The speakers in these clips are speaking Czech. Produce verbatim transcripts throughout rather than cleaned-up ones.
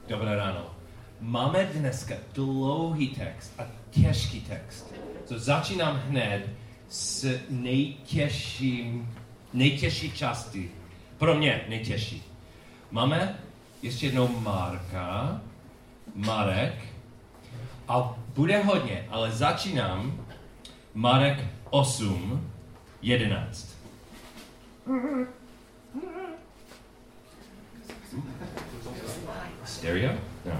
Dobré ráno. Máme dneska dlouhý text a těžký text. So začínám hned s nejtěžším, nejtěžší části. Pro mě nejtěžší. Máme ještě jednou Marka, Marek a bude hodně, ale začínám Marek osm, jedenáct. Stereo? No.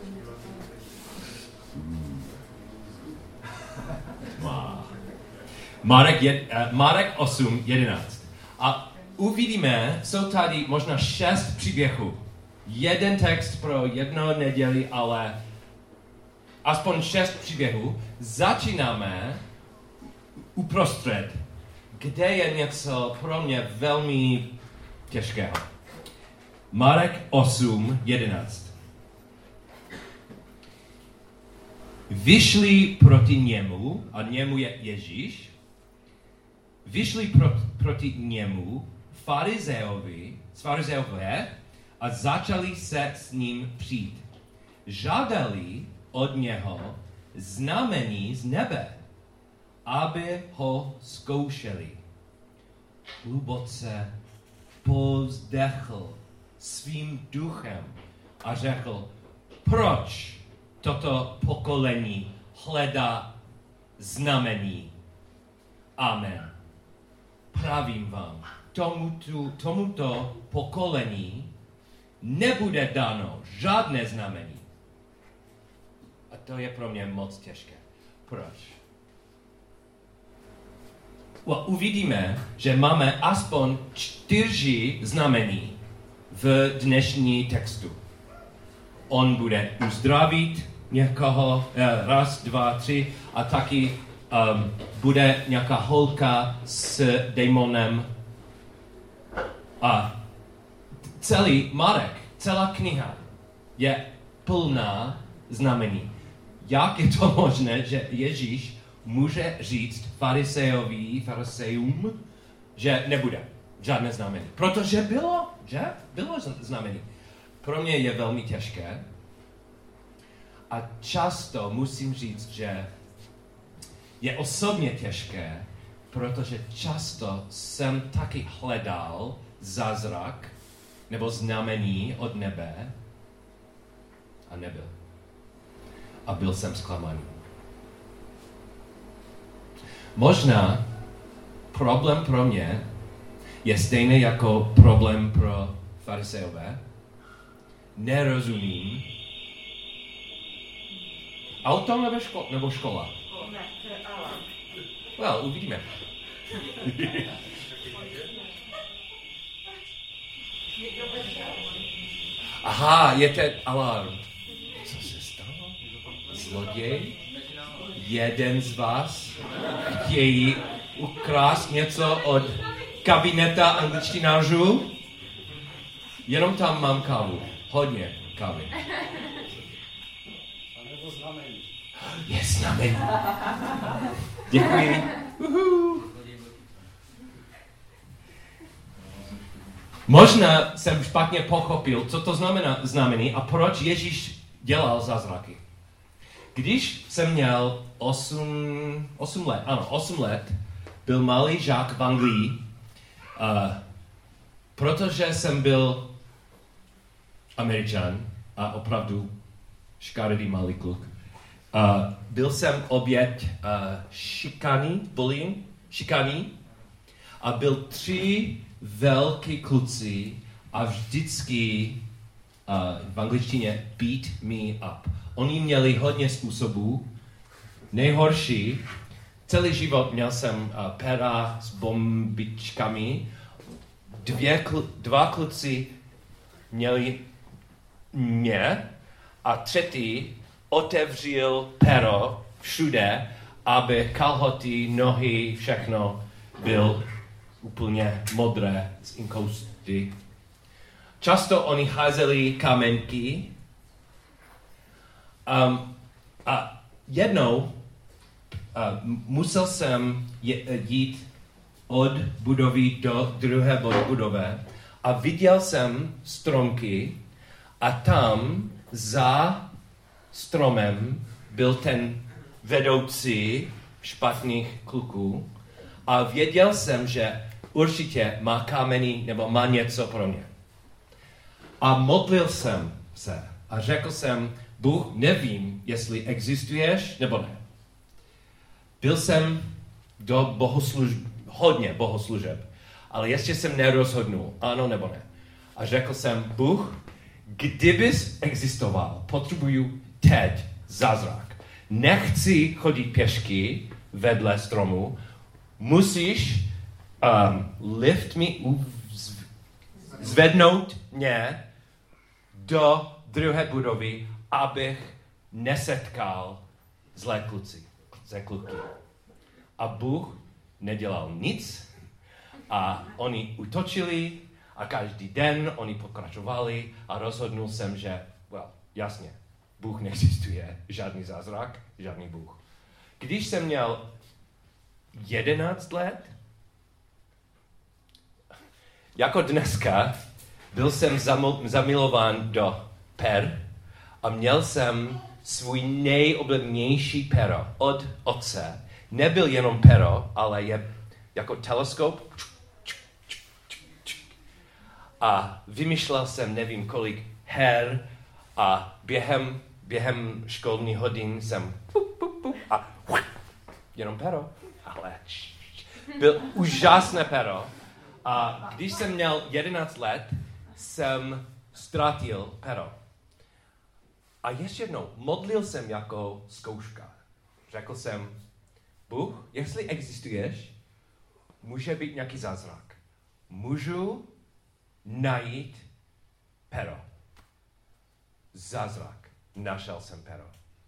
Wow. Marek, je, uh, Marek osm, jedenáct. A uvidíme, jsou tady možná šest příběhů. Jeden text pro jedno neděli, ale aspoň šest příběhů. Začínáme uprostřed, kde je něco pro mě velmi těžkého. Marek osm, jedenáct. Vyšli proti němu, a němu je Ježíš, vyšli pro, proti němu farizeovi, farizeové a začali se s ním přijít. Žádali od něho znamení z nebe, aby ho zkoušeli. Hluboce povzdechl svým duchem a řekl, proč toto pokolení hledá znamení? Amen. Pravím vám, tomuto, tomuto pokolení nebude dáno žádné znamení. A to je pro mě moc těžké. Proč? Well, uvidíme, že máme aspoň čtyři znamení v dnešní textu. On bude uzdravit někoho, raz, dva, tři, a taky um, bude nějaká holka s démonem. A celý Marek, celá kniha je plná znamení. Jak je to možné, že Ježíš může říct farisejovi, farisejům, že nebude žádné znamení? Protože bylo, že? Bylo znamení. Pro mě je velmi těžké. A často musím říct, že je osobně těžké, protože často jsem taky hledal zázrak nebo znamení od nebe a nebyl. A byl jsem zklamaný. Možná problém pro mě je stejný jako problém pro farisejové. Nerozumím. Auto nebo, ško- nebo škola? Ne, to je alarm. Well, uvidíme. Aha, je ten alarm. Co se stalo? Zloděj? Jeden z vás chtějí ukrást něco od kabineta angličtinářů? Jenom tam mám kávu. Hodně kávy. Je znamení. Děkuji. Uhu. Možná jsem špatně pochopil, co to znamená znamení a proč Ježíš dělal zázraky. Když jsem měl osm, osm let, ano, osm let, byl malý žák v Anglii, uh, protože jsem byl Američan a opravdu škaredý malý kluk. Uh, byl jsem oběť uh, šikany, bullying, šikany, a byl tři velký kluci a vždycky uh, v angličtině beat me up. Oni měli hodně způsobů. Nejhorší, celý život měl jsem uh, pera s bombičkami. Dvě kl- dva kluci měli mě a třetí otevřel pero všude, aby kalhoty, nohy, všechno byl úplně modré z inkousty. Často oni házeli kamenky. Um, a jednou uh, musel jsem je, jít od budovy do druhé budovy a viděl jsem stromky A tam za stromem byl ten vedoucí špatných kluků a věděl jsem, že určitě má kameny nebo má něco pro mě. A modlil jsem se a řekl jsem, Bůh, nevím, jestli existuješ nebo ne. Byl jsem do bohoslužb, hodně bohoslužeb, ale ještě jsem nerozhodnul, ano nebo ne. A řekl jsem, Bůh, kdybys existoval, potřebuju teď zázrak. Nechci chodit pěšky vedle stromu, musíš um, lift mi, zvednout mě do druhé budovy, abych nesetkal zlé kluci, zlé kluky. A Bůh nedělal nic a oni utočili a každý den oni pokračovali a rozhodnul jsem, že, well, jasně, Bůh neexistuje, žádný zázrak, žádný Bůh. Když jsem měl jedenáct let, jako dneska, byl jsem zamilován do per a měl jsem svůj nejoblíbenější pero od otce. Nebyl jenom pero, ale je jako teleskop. A vymýšlel jsem nevím kolik her a během, během školních hodin jsem pup, pup, pup, a jenom pero. Ale byl úžasné pero. A když jsem měl jedenáct let, jsem ztratil pero. A ještě jednou, modlil jsem jako zkouška. Řekl jsem, Bůh, jestli existuješ, může být nějaký zázrak. Můžu najít pero. Zázrak. Našel jsem pero.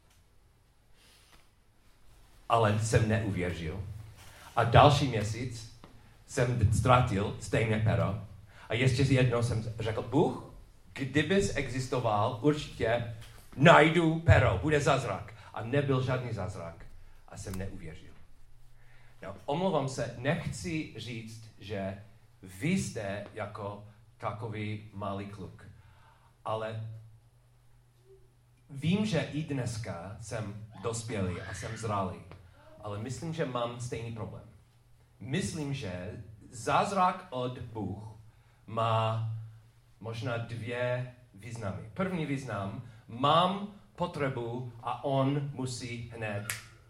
Ale jsem neuvěřil. A další měsíc jsem ztratil stejné pero. A ještě jednou jsem řekl, Bůh, kdybys existoval, určitě najdu pero, bude zázrak. A nebyl žádný zázrak. A jsem neuvěřil. No, omlouvám se, nechci říct, že vy jste jako takový malý kluk. Ale vím, že i dneska jsem dospělý a jsem zralý. Ale myslím, že mám stejný problém. Myslím, že zázrak od Bůh má možná dvě významy. První význam, mám potřebu a on musí hned.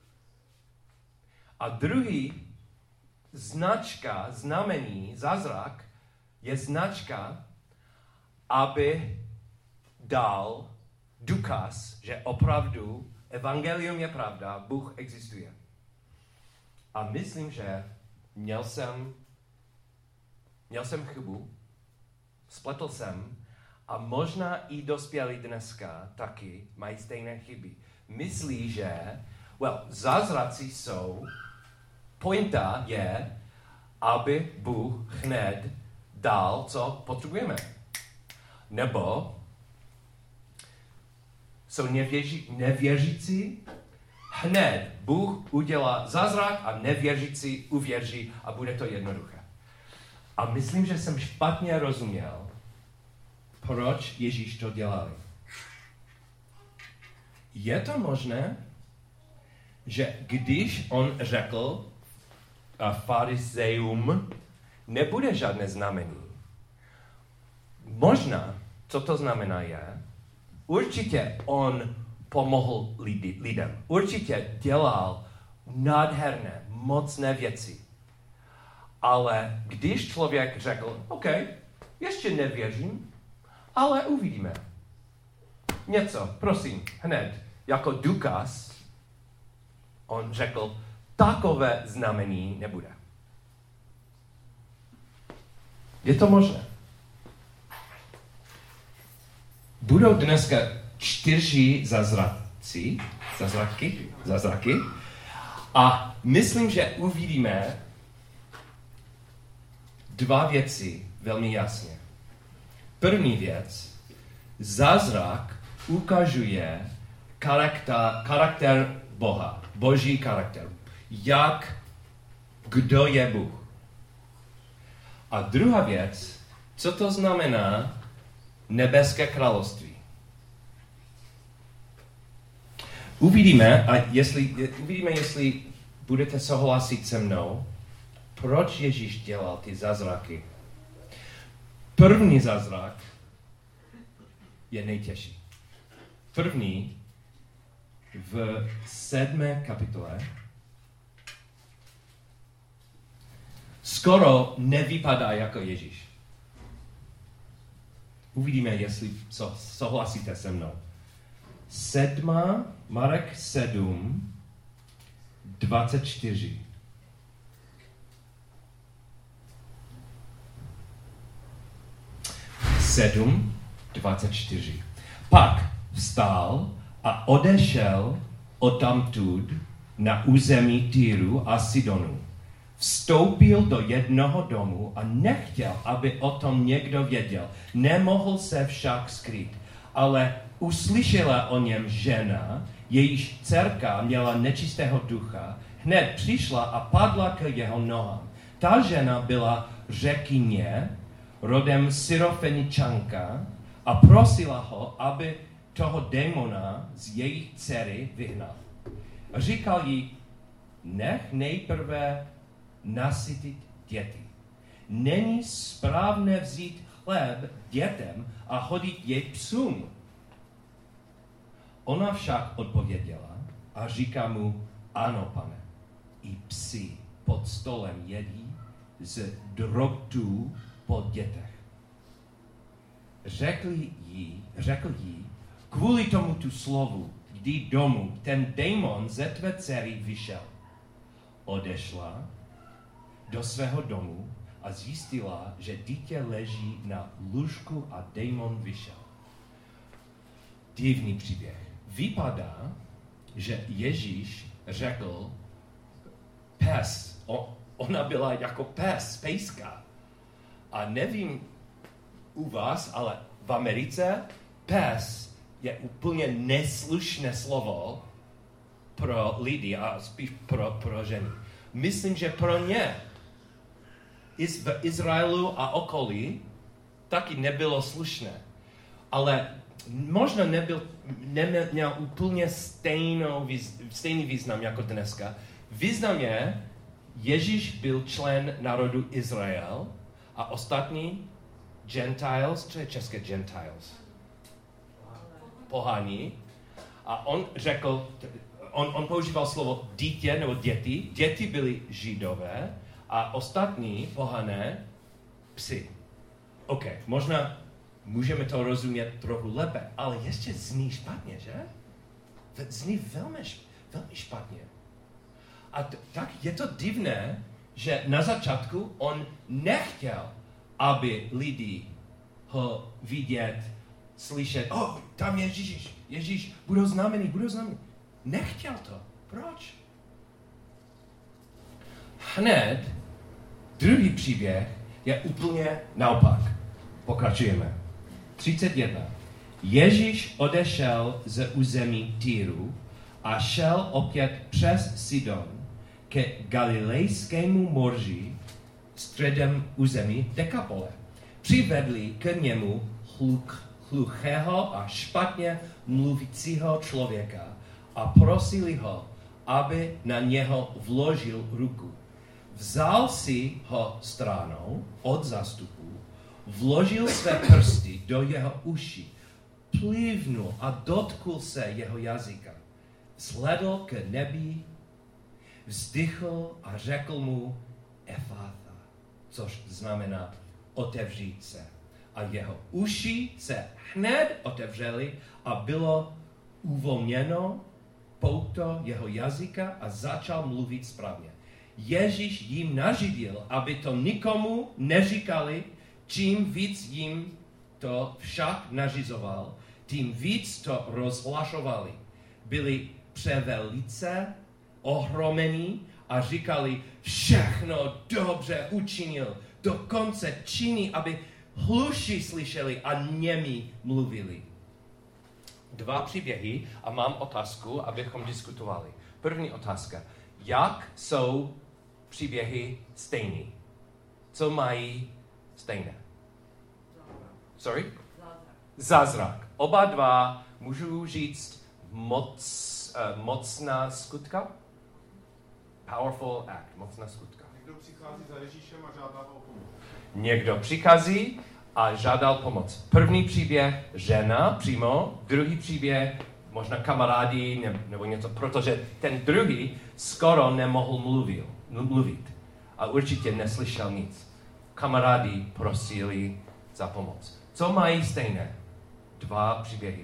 A druhý, značka, znamení, zázrak, je značka, aby dal důkaz, že opravdu evangelium je pravda, Bůh existuje. A myslím, že měl jsem, měl jsem chybu, spletl jsem a možná i dospělí dneska taky mají stejné chyby. Myslí, že, well, zázraci jsou, pointa je, aby Bůh hned dal, co potřebujeme. Nebo jsou nevěří, nevěřící, hned Bůh udělá zázrak a nevěřící uvěří a bude to jednoduché. A myslím, že jsem špatně rozuměl, proč Ježíš to dělali. Je to možné, že když on řekl a farizeum, nebude žádné znamení. Možná, co to znamená je, určitě on pomohl lidi, lidem. Určitě dělal nádherné, mocné věci. Ale když člověk řekl, OK, ještě nevěřím, ale uvidíme. Něco, prosím, hned, jako důkaz, on řekl, takové znamení nebude. Je to možné? Budou dneska čtyři zázraci, zázraky, zázraky a myslím, že uvidíme dva věci velmi jasně. První věc, zázrak ukazuje charakter, charakter Boha, boží charakter. Jak, kdo je Bůh. A druhá věc, co to znamená nebeské království. Uvidíme, a jestli, uvidíme, jestli budete souhlasit se mnou, proč Ježíš dělal ty zázraky. První zázrak je nejtěžší. První v sedmé kapitole skoro nevypadá jako Ježíš. Uvidíme, jestli souhlasíte se mnou. Sedma, Marek sedm, dvacet čtyři. sedm, dvacet čtyři. Pak vstál a odešel odtamtud na území Týru a Sidonu. Vstoupil do jednoho domu a nechtěl, aby o tom někdo věděl. Nemohl se však skrýt, ale uslyšela o něm žena, jejíž dcerka měla nečistého ducha, hned přišla a padla k jeho nohám. Ta žena byla Řekyně, rodem Syrofeničanka, a prosila ho, aby toho démona z jejich dcery vyhnal. Říkal jí, nech nejprve nasytit děti. Není správné vzít chléb dětem a hodit jej psům. Ona však odpověděla a říká mu, ano, pane, i psi pod stolem jedí z drobtů po dětech. Řekl jí, řekl jí, kvůli tomu tu slovu, jdi domů, ten démon ze tvé dcery vyšel. Odešla do svého domu a zjistila, že dítě leží na lůžku a démon vyšel. Divný příběh. Vypadá, že Ježíš řekl, pes, o, ona byla jako pes, pejska. A nevím u vás, ale v Americe pes je úplně neslušné slovo pro lidi a spíš pro, pro ženy. Myslím, že pro ně v Izraelu a okolí taky nebylo slušné. Ale možná nebyl, neměl úplně stejnou, stejný význam jako dneska. Význam je, Ježíš byl člen národu Izrael a ostatní Gentiles, co je české Gentiles? Pohaní. A on řekl, on, on používal slovo dítě nebo děti. Děti byly Židové a ostatní pohané psy. OK, možná můžeme to rozumět trochu lépe, ale ještě zní špatně, že? Zní velmi, velmi špatně. A t- tak je to divné, že na začátku on nechtěl, aby lidi ho vidět, slyšet, oh, tam je Ježíš, Ježíš, budou znamení, budou znamení. Nechtěl to. Proč? Hned druhý příběh je úplně naopak. Pokračujeme. třicet jedna. Ježíš odešel ze území Týru a šel opět přes Sidon ke Galilejskému moři středem území Dekapole. Přivedli k němu hluk, hluchého a špatně mluvícího člověka a prosili ho, aby na něho vložil ruku. Vzal si ho stranou od zástupu, vložil své prsty do jeho uší, plivnul a dotkl se jeho jazyka. Zhlédl k nebi, vzdychl a řekl mu Efáta, což znamená otevřít se. A jeho uši se hned otevřely a bylo uvolněno pouto jeho jazyka a začal mluvit správně. Ježíš jim nařídil, aby to nikomu neříkali, čím víc jim to však nařizoval, tím víc to rozhlašovali. Byli převelice ohromení a říkali, všechno dobře učinil, dokonce činí, aby hluší slyšeli a němi mluvili. Dva příběhy a mám otázku, abychom diskutovali. První otázka. Jak jsou příběhy stejný? Co mají stejné? Sorry? Zázrak. Oba dva můžu říct moc moc, uh, mocná skutka? Powerful act, mocná skutka. Někdo přichází za Ježíšem a žádá o pomoc. Někdo přichází a žádal pomoc. První příběh žena přímo, druhý příběh možná kamarádi ne, nebo něco, protože ten druhý skoro nemohl mluvil, mluvit a určitě neslyšel nic. Kamarádi prosili za pomoc. Co mají stejné? Dva příběhy.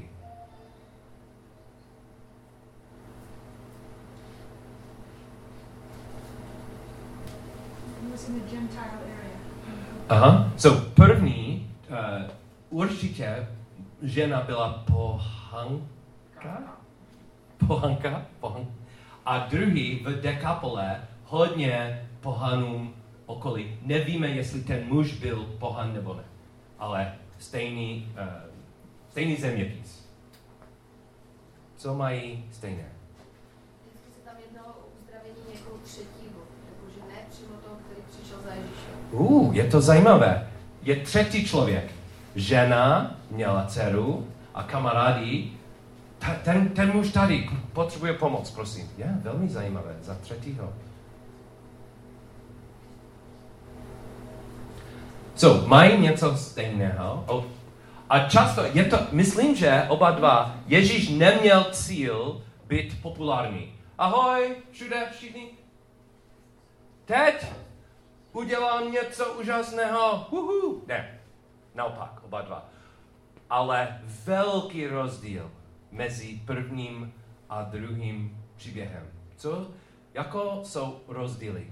Aha, so první, uh, určitě žena byla pohanka, pohanka, pohanka, a druhý v Dekapole hodně pohanům okolí. Nevíme, jestli ten muž byl pohan nebo ne, ale stejný, uh, stejný zeměpis. Co mají stejné? Vždycky se tam jednalo o uzdravení někoho třetího, jakože ne přímo toho, který přišel za Ježíšem. Uh, je to zajímavé. Je třetí člověk. Žena měla dceru a kamarádi. Ta, ten, ten muž tady potřebuje pomoc, prosím. Je velmi zajímavé. Za třetího. So, mají něco stejného. Oh. A často, je to, myslím, že oba dva, Ježíš neměl cíl být populární. Ahoj, všude, všichni. Teď udělám něco úžasného. Uhu. Ne, naopak, oba dva. Ale velký rozdíl mezi prvním a druhým příběhem. Co? Jako jsou rozdíly?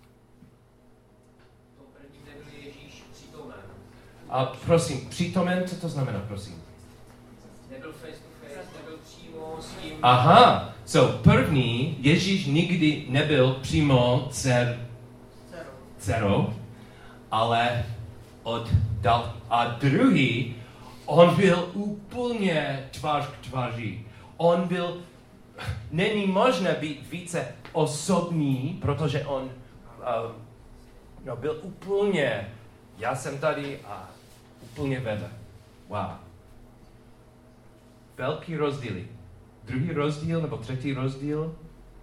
To první nebyl Ježíš přítomen. A prosím, přítomen, co to znamená, prosím? Nebyl face to face, nebyl přímo s tím. Aha, so první, Ježíš nikdy nebyl přímo dcer, dcerou, ale od dal. A druhý, on byl úplně tvář k tváři. On byl, není možné být více osobní, protože on uh, no, byl úplně, já jsem tady a úplně vedle. Wow. Velký rozdíly. Druhý rozdíl nebo třetí rozdíl.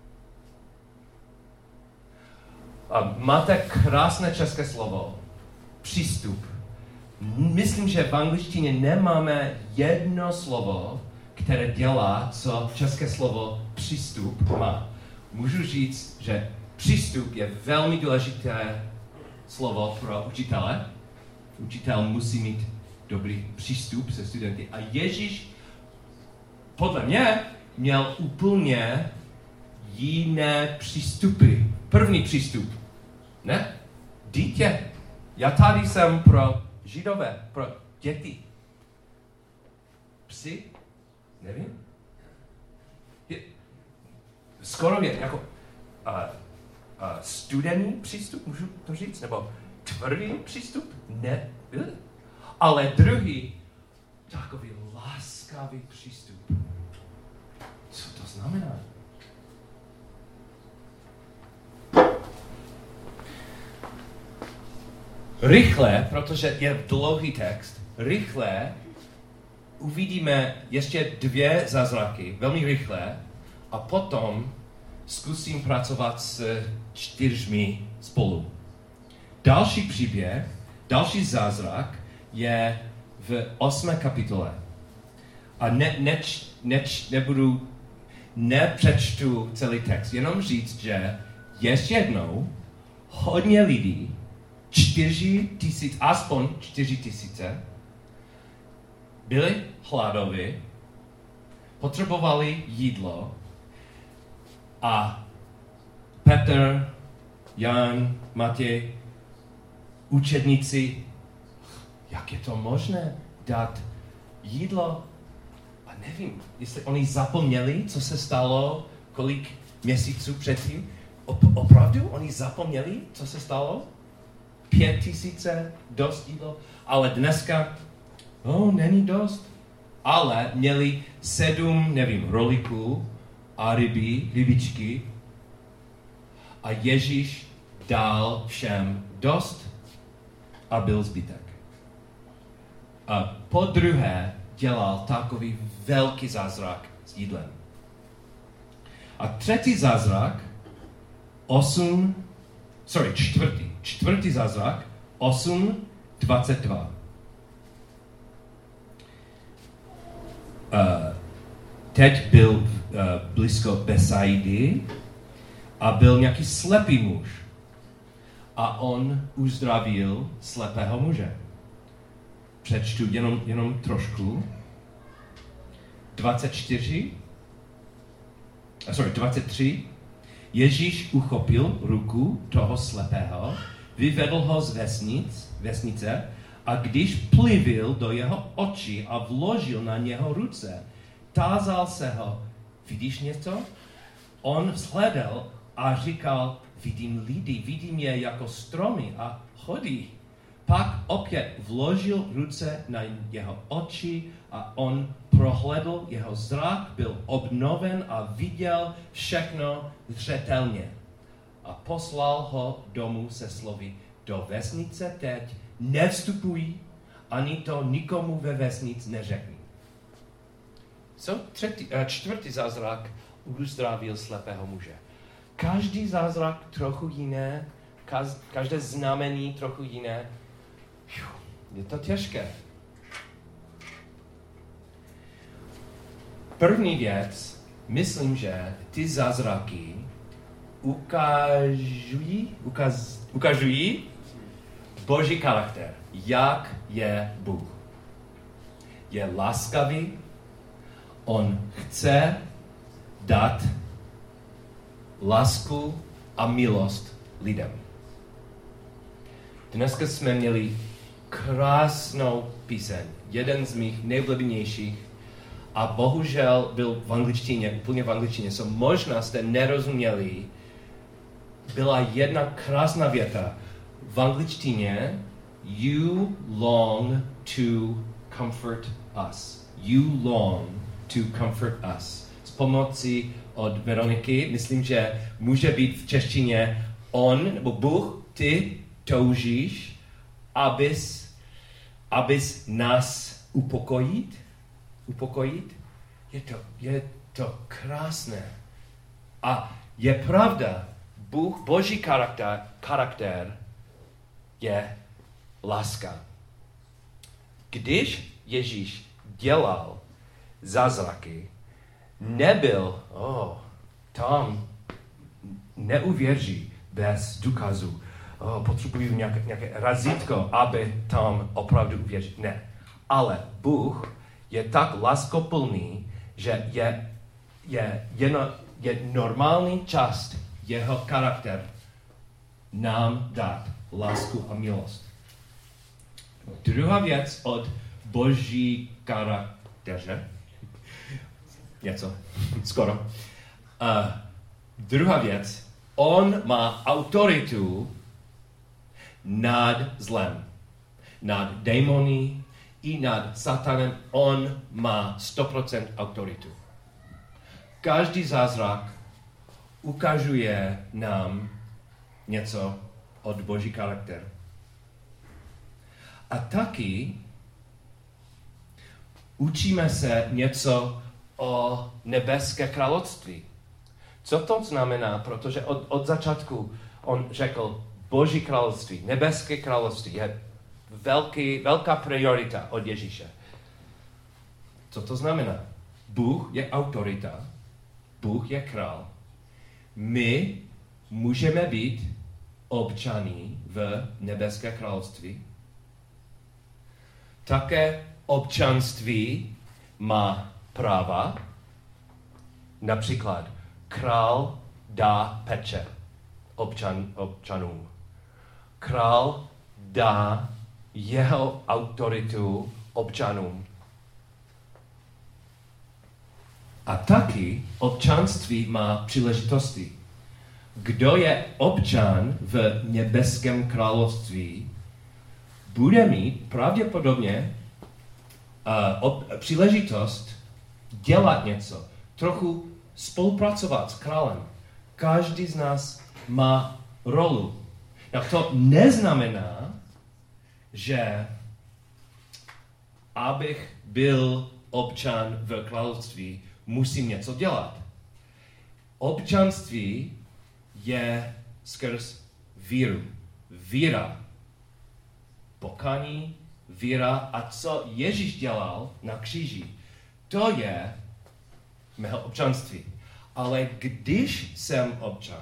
A máte krásné české slovo. Přístup. Myslím, že v angličtině nemáme jedno slovo, které dělá, co české slovo přístup má. Můžu říct, že přístup je velmi důležité slovo pro učitele. Učitel musí mít dobrý přístup se studenty. A Ježíš podle mě měl úplně jiné přístupy. První přístup. Ne? Dítě. Já tady jsem pro Židové, pro děti. Psi? Nevím. Je, skoro je jako uh, uh, studený přístup, můžu to říct? Nebo tvrdý přístup? Ne. Ale druhý, takový láskavý přístup. Co to znamená? Rychle, protože je dlouhý text, rychle uvidíme ještě dvě zázraky, velmi rychle, a potom zkusím pracovat s čtyřmi spolu. Další příběh, další zázrak je v osmé kapitole. A ne, neč, neč, nebudu, nepřečtu celý text, jenom říct, že ještě jednou hodně lidí, čtyři tisíc, aspoň čtyři tisíce, byli hladoví, potřebovali jídlo a Petr, Jan, Matěj, učedníci, jak je to možné dát jídlo? A nevím, jestli oni zapomněli, co se stalo, kolik měsíců předtím. Op- opravdu oni zapomněli, co se stalo? Pět tisíce, dost jídlo, ale dneska, no, není dost. Ale měli sedm, nevím, roliků a ryby, rybičky a Ježíš dal všem dost a byl zbytek. A po druhé dělal takový velký zázrak s jídlem. A třetí zázrak, osm, sorry, čtvrtý, čtvrtý zázrak, osm, dvacet dva. Uh, teď byl uh, blízko Besaidy a byl nějaký slepý muž. A on uzdravil slepého muže. Přečtu jenom, jenom trošku. dvacet čtyři, sorry, dvacet tři. Ježíš uchopil ruku toho slepého, vyvedl ho z vesnic, vesnice a když plivil do jeho očí a vložil na něho ruce, tázal se ho, vidíš něco? On vzhledl a říkal, vidím lidi, vidím je jako stromy a chodí. Pak opět vložil ruce na jeho oči a on prohlédl, jeho zrak byl obnoven a viděl všechno zřetelně. A poslal ho domů se slovy, do vesnice teď nevstupuj, ani to nikomu ve vesnic neřekni. Co třetí, čtvrtý zázrak uzdravil slepého muže. Každý zázrak trochu jiné, kaz, každé znamení trochu jiné. Je to těžké. První věc, myslím, že ty zázraky ukazují, ukaz, ukazují Boží charakter, jak je Bůh. Je laskavý, on chce dát lásku a milost lidem. Dneska jsme měli krásnou píseň, jeden z mých nejoblíbenějších a bohužel byl v angličtině, úplně v angličtině, so možná jste nerozuměli, byla jedna krásná věta v angličtině, you long to comfort us. You long to comfort us. S pomocí od Veroniky, myslím, že může být v češtině on, nebo Bůh, ty toužíš, abys, abys nás upokojit, upokojit. Je to, je to krásné. A je pravda, Bůh, Boží charakter, charakter je láska. Když Ježíš dělal zázraky, nebyl, oh, tam neuvěří bez důkazu. Oh, potřebuji nějaké, nějaké razítko, aby tam opravdu uvěřil. Ne. Ale Bůh je tak láskoplný, že je, je, jedno, je normální část jeho charakter nám dát lásku a milost. Druhá věc od Boží charakteře. Něco, skoro. Uh, druhá věc, on má autoritu nad zlem, nad démony i nad satanem. On má sto procent autoritu. Každý zázrak ukazuje nám něco od Boží charakter. A taky učíme se něco o nebeské království. Co to znamená? Protože od, od začátku on řekl, Boží království, nebeské království je velký, velká priorita od Ježíše. Co to znamená? Bůh je autorita, Bůh je král. My můžeme být občany v nebeské království. Také občanství má práva. Například král dá peče občan, občanům. Král dá jeho autoritu občanům. A taky občanství má příležitosti. Kdo je občan v nebeském království, bude mít pravděpodobně uh, ob, příležitost dělat něco, trochu spolupracovat s králem. Každý z nás má rolu. No to neznamená, že abych byl občan v království, musím něco dělat. Občanství je skrz víru. Víra. Pokání, víra a co Ježíš dělal na kříži, to je mého občanství. Ale když jsem občan,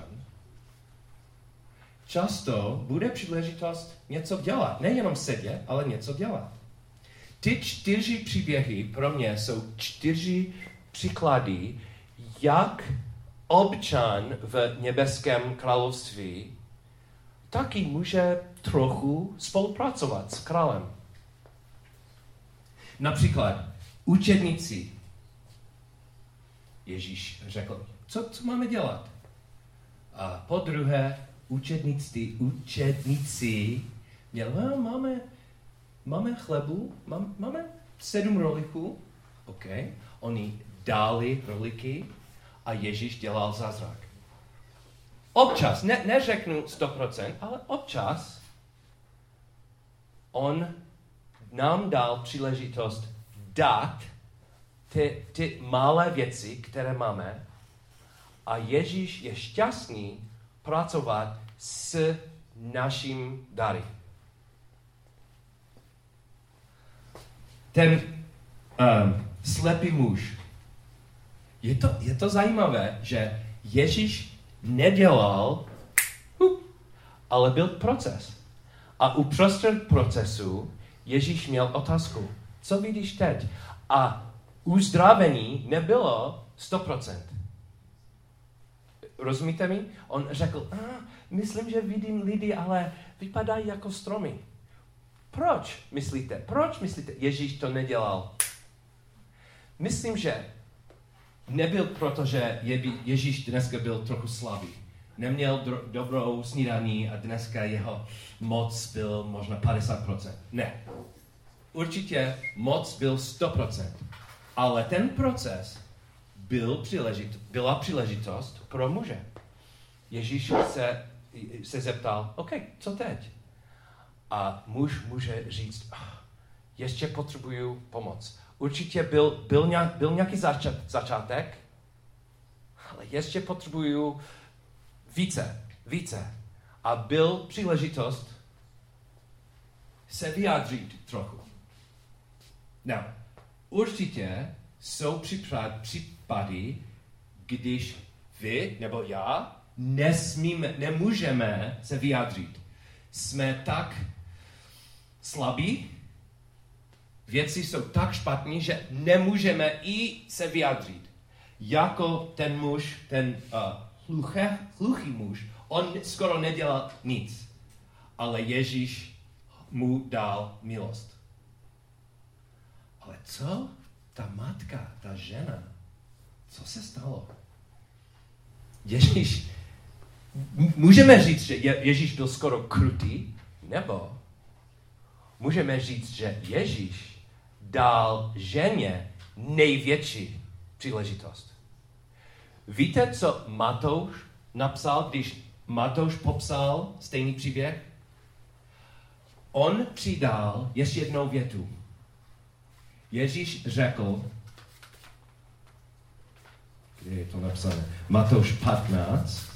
často bude příležitost něco dělat. Nejenom sedět, ale něco dělat. Ty čtyři příběhy pro mě jsou čtyři příklady, jak občan v nebeském království taky může trochu spolupracovat s králem. Například učedníci. Ježíš řekl, co, co máme dělat? A po druhé, učedníci, učedníci měli, no, máme, máme chlebu, mám, máme sedm rohlíků, OK, oni dali rohlíky a Ježíš dělal zázrak. Občas, ne, neřeknu sto procent, ale občas on nám dal příležitost dát ty, ty malé věci, které máme, a Ježíš je šťastný pracovat s naším dary. Ten um, slepý muž. Je to, je to zajímavé, že Ježíš nedělal, uh, ale byl proces. A uprostřed procesu Ježíš měl otázku, co vidíš teď? A uzdravení nebylo sto procent. Rozumíte mi? On řekl, ah, myslím, že vidím lidi, ale vypadají jako stromy. Proč myslíte? Proč myslíte? Ježíš to nedělal. Myslím, že nebyl proto, že Ježíš dneska byl trochu slabý. Neměl dro- dobrou snídaní a dneska jeho moc byl možná padesát procent. Ne. Určitě moc byl sto procent. Ale ten proces byl příležit, byla příležitost pro muže. Ježíš se, se zeptal, OK, co teď? A muž může říct, oh, ještě potřebuju pomoc. Určitě byl, byl, nějak, byl nějaký začat, začátek, ale ještě potřebuju více, více. A byl příležitost se vyjádřit trochu. No, určitě jsou případy, když vy nebo já nesmíme, nemůžeme se vyjádřit. Jsme tak slabí, věci jsou tak špatné, že nemůžeme i se vyjádřit. Jako ten muž, ten uh, hluchý, hluchý muž, on skoro nedělal nic, ale Ježíš mu dal milost. Ale co ta matka, ta žena, co se stalo? Ježíš, můžeme říct, že Ježíš byl skoro krutý, nebo můžeme říct, že Ježíš dal ženě největší příležitost. Víte, co Matouš napsal, když Matouš popsal stejný příběh? On přidal ještě jednou větu. Ježíš řekl, kde je to napsané? Matouš patnáct.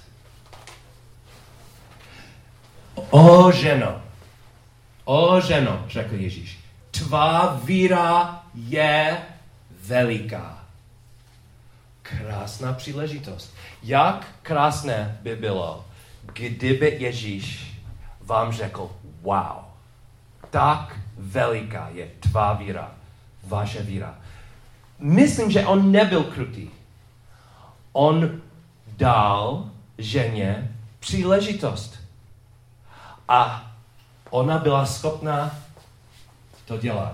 O ženo, o ženo, řekl Ježíš, tvá víra je veliká. Krásná příležitost. Jak krásné by bylo, kdyby Ježíš vám řekl, wow, tak veliká je tvá víra, vaše víra. Myslím, že on nebyl krutý. On dal ženě příležitost. A ona byla schopná to dělat.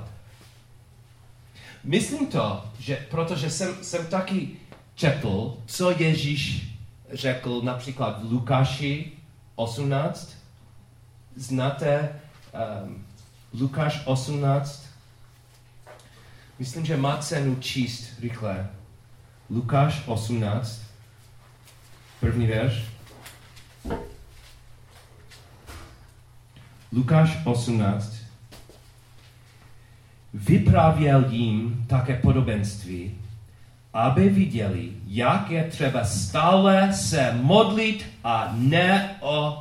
Myslím to, že protože jsem, jsem taky četl, co Ježíš řekl například v Lukáši osmnáct. Znáte um, Lukáš osmnáct? Myslím, že má cenu číst rychle. Lukáš osmnáct, první verš. Lukáš osmnáct. Vyprávěl jim také podobenství aby viděli, jak je třeba stále se modlit a neo,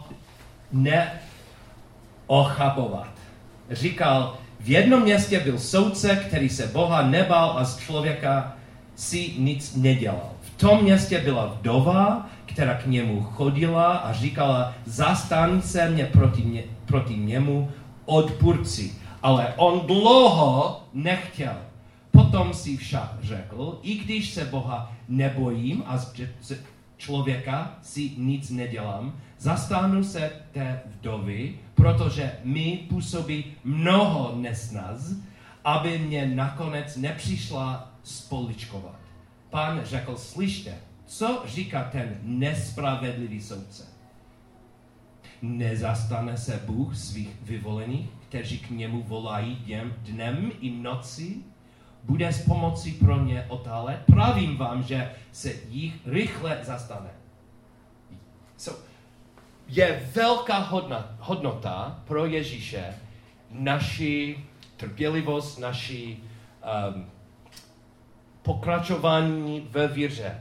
neochabovat. Říkal, v jednom městě byl soudce, který se Boha nebal a z člověka si nic nedělal. V tom městě byla vdova, která k němu chodila a říkala, zastaň se mě proti, mě, proti němu odpůrci. Ale on dlouho nechtěl. Potom si však řekl, i když se Boha nebojím a z člověka si nic nedělám, zastánu se té vdovy, protože mi působí mnoho nesnaz, aby mě nakonec nepřišla spoličkovat. Pán řekl, slyšte, co říká ten nespravedlivý soudce? Nezastane se Bůh svých vyvolených, kteří k němu volají dnem, dnem i noci? Bude s pomocí pro ně otálet? Pravím vám, že se jich rychle zastane. So, je velká hodnota, hodnota pro Ježíše naši trpělivost, naši um, pokračování ve víře.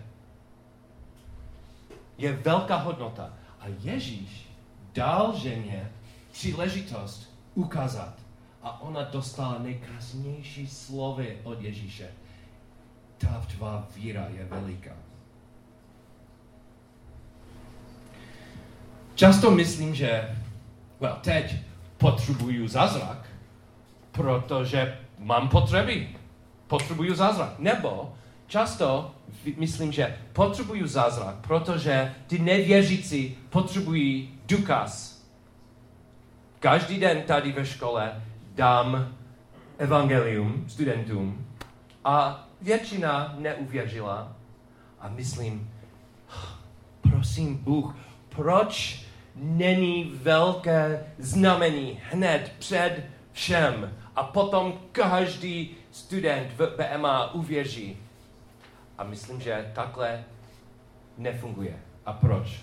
Je velká hodnota. A Ježíš dal ženě příležitost ukázat. A ona dostala nejkrásnější slovy od Ježíše. Ta tvá víra je veliká. Často myslím, že well, teď potřebuju zázrak, protože mám potřeby. Potřebuju zázrak. Nebo často myslím, že potřebuju zázrak, protože ty nevěřící potřebují důkaz. Každý den tady ve škole dám evangelium studentům a většina neuvěřila a myslím, prosím Bůh, proč není velké znamení hned před všem a potom každý student v B M A uvěří. A myslím, že takhle nefunguje. A proč?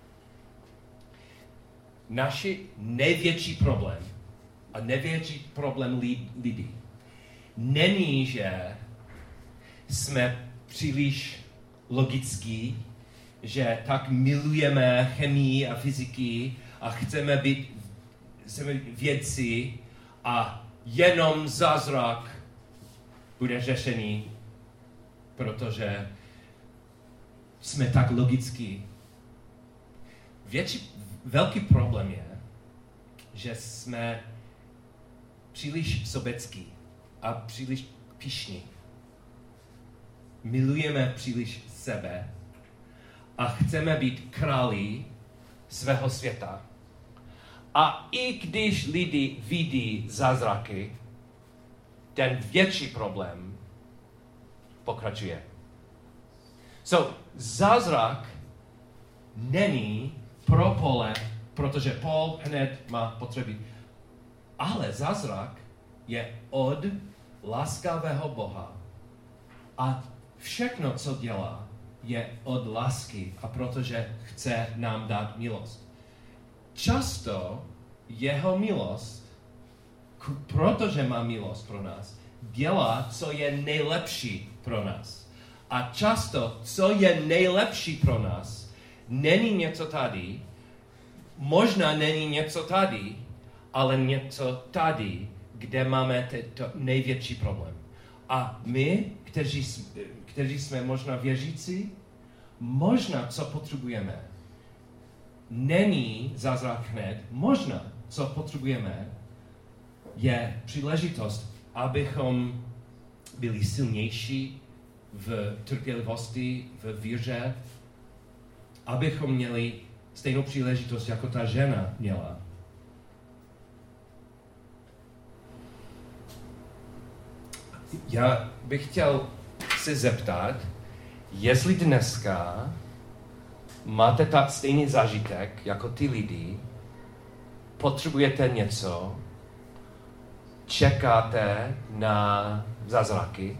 Naši největší problém a největší problém lidí není, že jsme příliš logický, že tak milujeme chemii a fyziky a chceme být chceme vědci a jenom zázrak bude řešený, protože jsme tak logický. Větší, velký problém je, že jsme příliš sobecký a příliš pyšní. Milujeme příliš sebe a chceme být králi svého světa. A i když lidi vidí zázraky, ten větší problém pokračuje. So, zázrak není pro Pole, protože Paul hned má potřeby. Ale zázrak je od laskavého Boha. A všechno, co dělá, je od lásky a protože chce nám dát milost. Často jeho milost, protože má milost pro nás, dělá, co je nejlepší pro nás. A často, co je nejlepší pro nás, není něco tady, možná není něco tady, ale něco tady, kde máme to největší problém. A my, kteří, kteří jsme možná věřící, možná, co potřebujeme, není zázrak hned, možná, co potřebujeme, je příležitost, abychom byli silnější v trpělivosti, v víře, abychom měli stejnou příležitost, jako ta žena měla. Já bych chtěl se zeptat, jestli dneska máte tak stejný zážitek, jako ty lidi, potřebujete něco, čekáte na zázraky.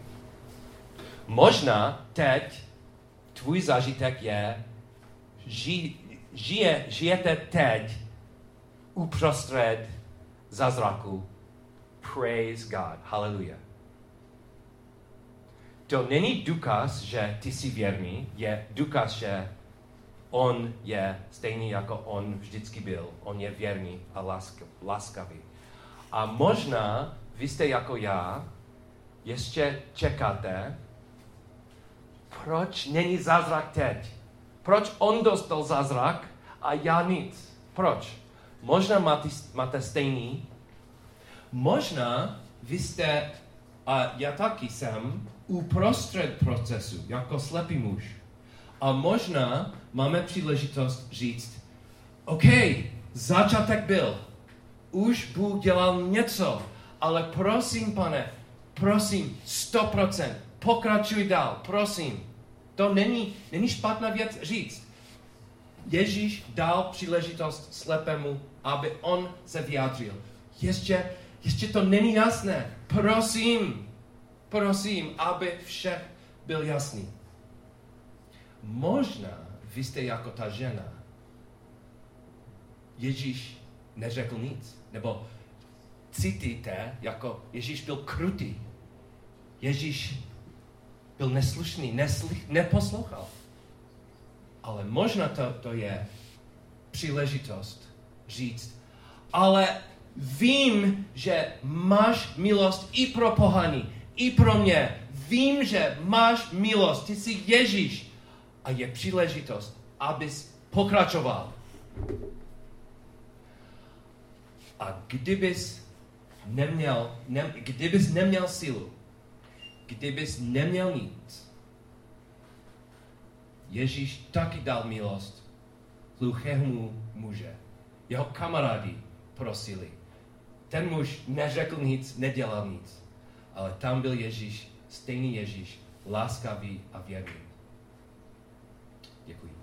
Možná teď tvůj zážitek je, ži, žije, žijete teď uprostřed zázraku. Praise God. Hallelujah. to není důkaz, že ty jsi věrný, je důkaz, že on je stejný, jako on vždycky byl. On je věrný a lásk, láskavý. A možná vy jste jako já, ještě čekáte, proč není zázrak teď? Proč on dostal zázrak a já nic? Proč? Možná máte, máte stejný. Možná vy jste, a já taky jsem, uprostřed procesu, jako slepý muž. A možná máme příležitost říct, OK, začátek byl, už Bůh dělal něco, ale prosím, pane, prosím, sto procent, pokračuj dál, prosím. To není, není špatná věc říct. Ježíš dal příležitost slepému, aby on se vyjádřil. Ještě, ještě to není jasné. Prosím, prosím, aby vše byl jasný. Možná vy jste jako ta žena. Ježíš neřekl nic. Nebo cítíte, jako Ježíš byl krutý. Ježíš byl neslušný, neslich, neposlouchal. Ale možná to, to je příležitost říct, ale vím, že máš milost i pro pohany, i pro mě. Vím, že máš milost, ty jsi Ježíš. A je příležitost, abys pokračoval. A kdybys neměl, ne, kdybys neměl sílu, kdybys neměl nic, Ježíš taky dal milost hluchému muže. Jeho kamarádi prosili. Ten muž neřekl nic, nedělal nic. Ale tam byl Ježíš, stejný Ježíš, láskavý a věrný. Děkuji.